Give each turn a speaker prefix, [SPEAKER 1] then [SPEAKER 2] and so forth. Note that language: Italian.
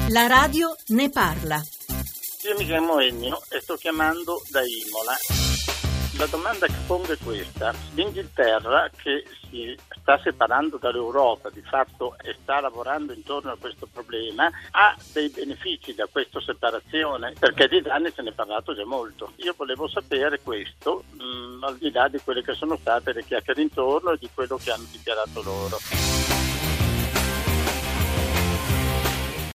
[SPEAKER 1] La radio ne parla.
[SPEAKER 2] Io mi chiamo Ennio e sto chiamando da Imola. La domanda che pongo è questa: l'Inghilterra, che si sta separando dall'Europa, di fatto, e sta lavorando intorno a questo problema, ha dei benefici da questa separazione? Perché di danni se ne è parlato già molto. Io volevo sapere questo, al di là di quelle che sono state le chiacchiere intorno e di quello che hanno dichiarato loro.